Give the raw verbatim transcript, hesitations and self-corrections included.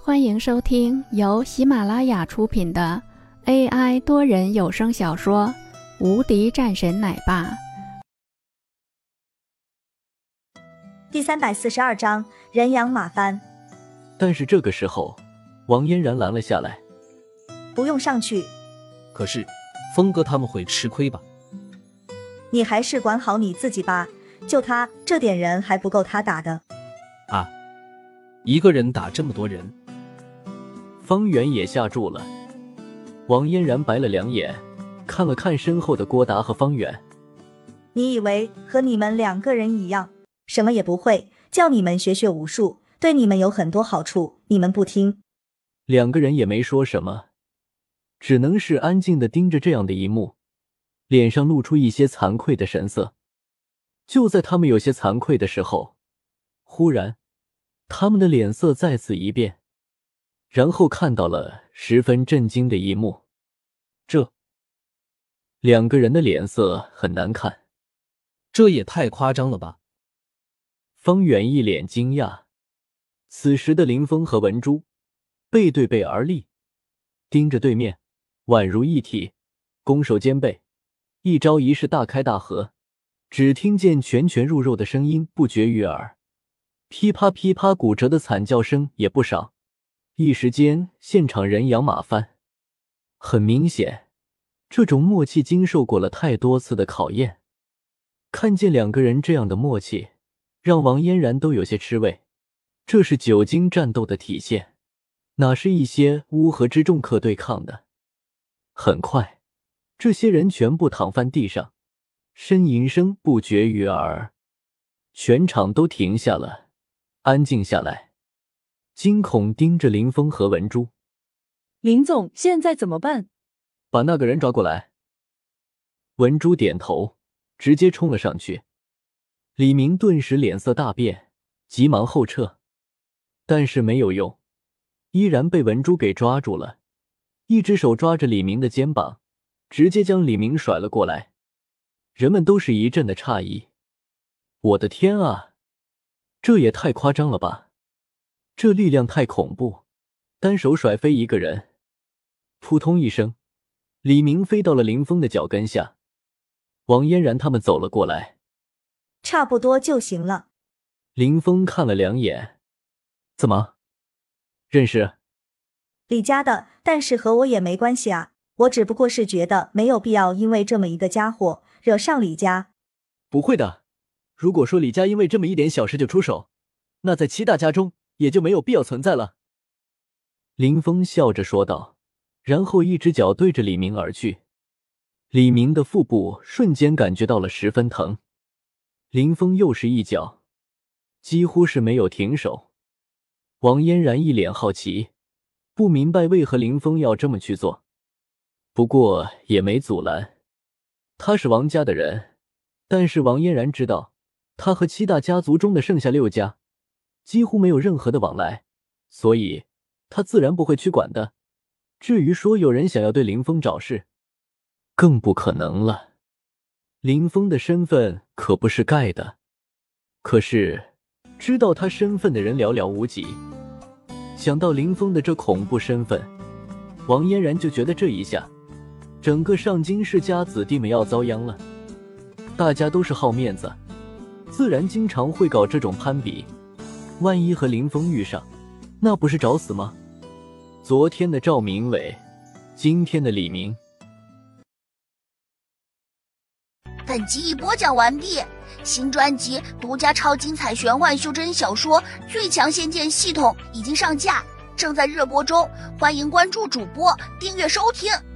欢迎收听由喜马拉雅出品的 A I 多人有声小说《无敌战神奶爸》 第三百四十二章人仰马翻。 但是这个时候，王嫣然拦了下来。 不用上去。 可是，峰哥他们会吃亏吧？ 你还是管好你自己吧，就他这点人还不够他打的。 啊，一个人打这么多人。 方圆也吓住了。王嫣然白了两眼，看了看身后的郭达和方圆。 你以为和你们两个人一样，什么也不会，叫你们学学武术，对你们有很多好处，你们不听。 两个人也没说什么，只能是安静地盯着这样的一幕，脸上露出一些惭愧的神色。就在他们有些惭愧的时候，忽然他们的脸色再次一变，然后看到了十分震惊的一幕。这两个人的脸色很难看。 这也太夸张了吧。 方远一脸惊讶。此时的林峰和文珠背对背而立，盯着对面，宛如一体，攻守兼备，一招一式大开大合。只听见拳拳入肉的声音不绝于耳，噼啪噼啪骨折的惨叫声也不少。一时间现场人仰马翻。很明显，这种默契经受过了太多次的考验。看见两个人这样的默契，让王嫣然都有些吃味。这是久经战斗的体现，哪是一些乌合之众可对抗的。很快，这些人全部躺翻地上，呻吟声不绝于耳。全场都停下了，安静下来，惊恐盯着林峰和文珠。 林总，现在怎么办？ 把那个人抓过来。文珠点头，直接冲了上去。李明顿时脸色大变，急忙后撤，但是没有用，依然被文珠给抓住了，一只手抓着李明的肩膀，直接将李明甩了过来。人们都是一阵的诧异。我的天啊，这也太夸张了吧，这力量太恐怖，单手甩飞一个人。扑通一声，李明飞到了林峰的脚跟下。王嫣然他们走了过来。 差不多就行了。 林峰看了两眼。怎么？认识？ 李家的，但是和我也没关系啊，我只不过是觉得没有必要因为这么一个家伙惹上李家。 不会的，如果说李家因为这么一点小事就出手，那在七大家中也就没有必要存在了。林峰笑着说道，然后一只脚对着李明而去。李明的腹部瞬间感觉到了十分疼。林峰又是一脚，几乎是没有停手。王嫣然一脸好奇，不明白为何林峰要这么去做，不过也没阻拦。他是王家的人，但是王嫣然知道，他和七大家族中的剩下六家几乎没有任何的往来，所以他自然不会去管的。至于说有人想要对林峰找事，更不可能了。林峰的身份可不是盖的，可是知道他身份的人寥寥无几。想到林峰的这恐怖身份，王嫣然就觉得这一下整个上京世家子弟们要遭殃了。大家都是好面子，自然经常会搞这种攀比，万一和林峰遇上，那不是找死吗？昨天的赵明伟，今天的李明。 本集已播讲完毕，新专辑独家超精彩玄幻修真小说《最强仙剑系统》已经上架，正在热播中，欢迎关注主播，订阅收听。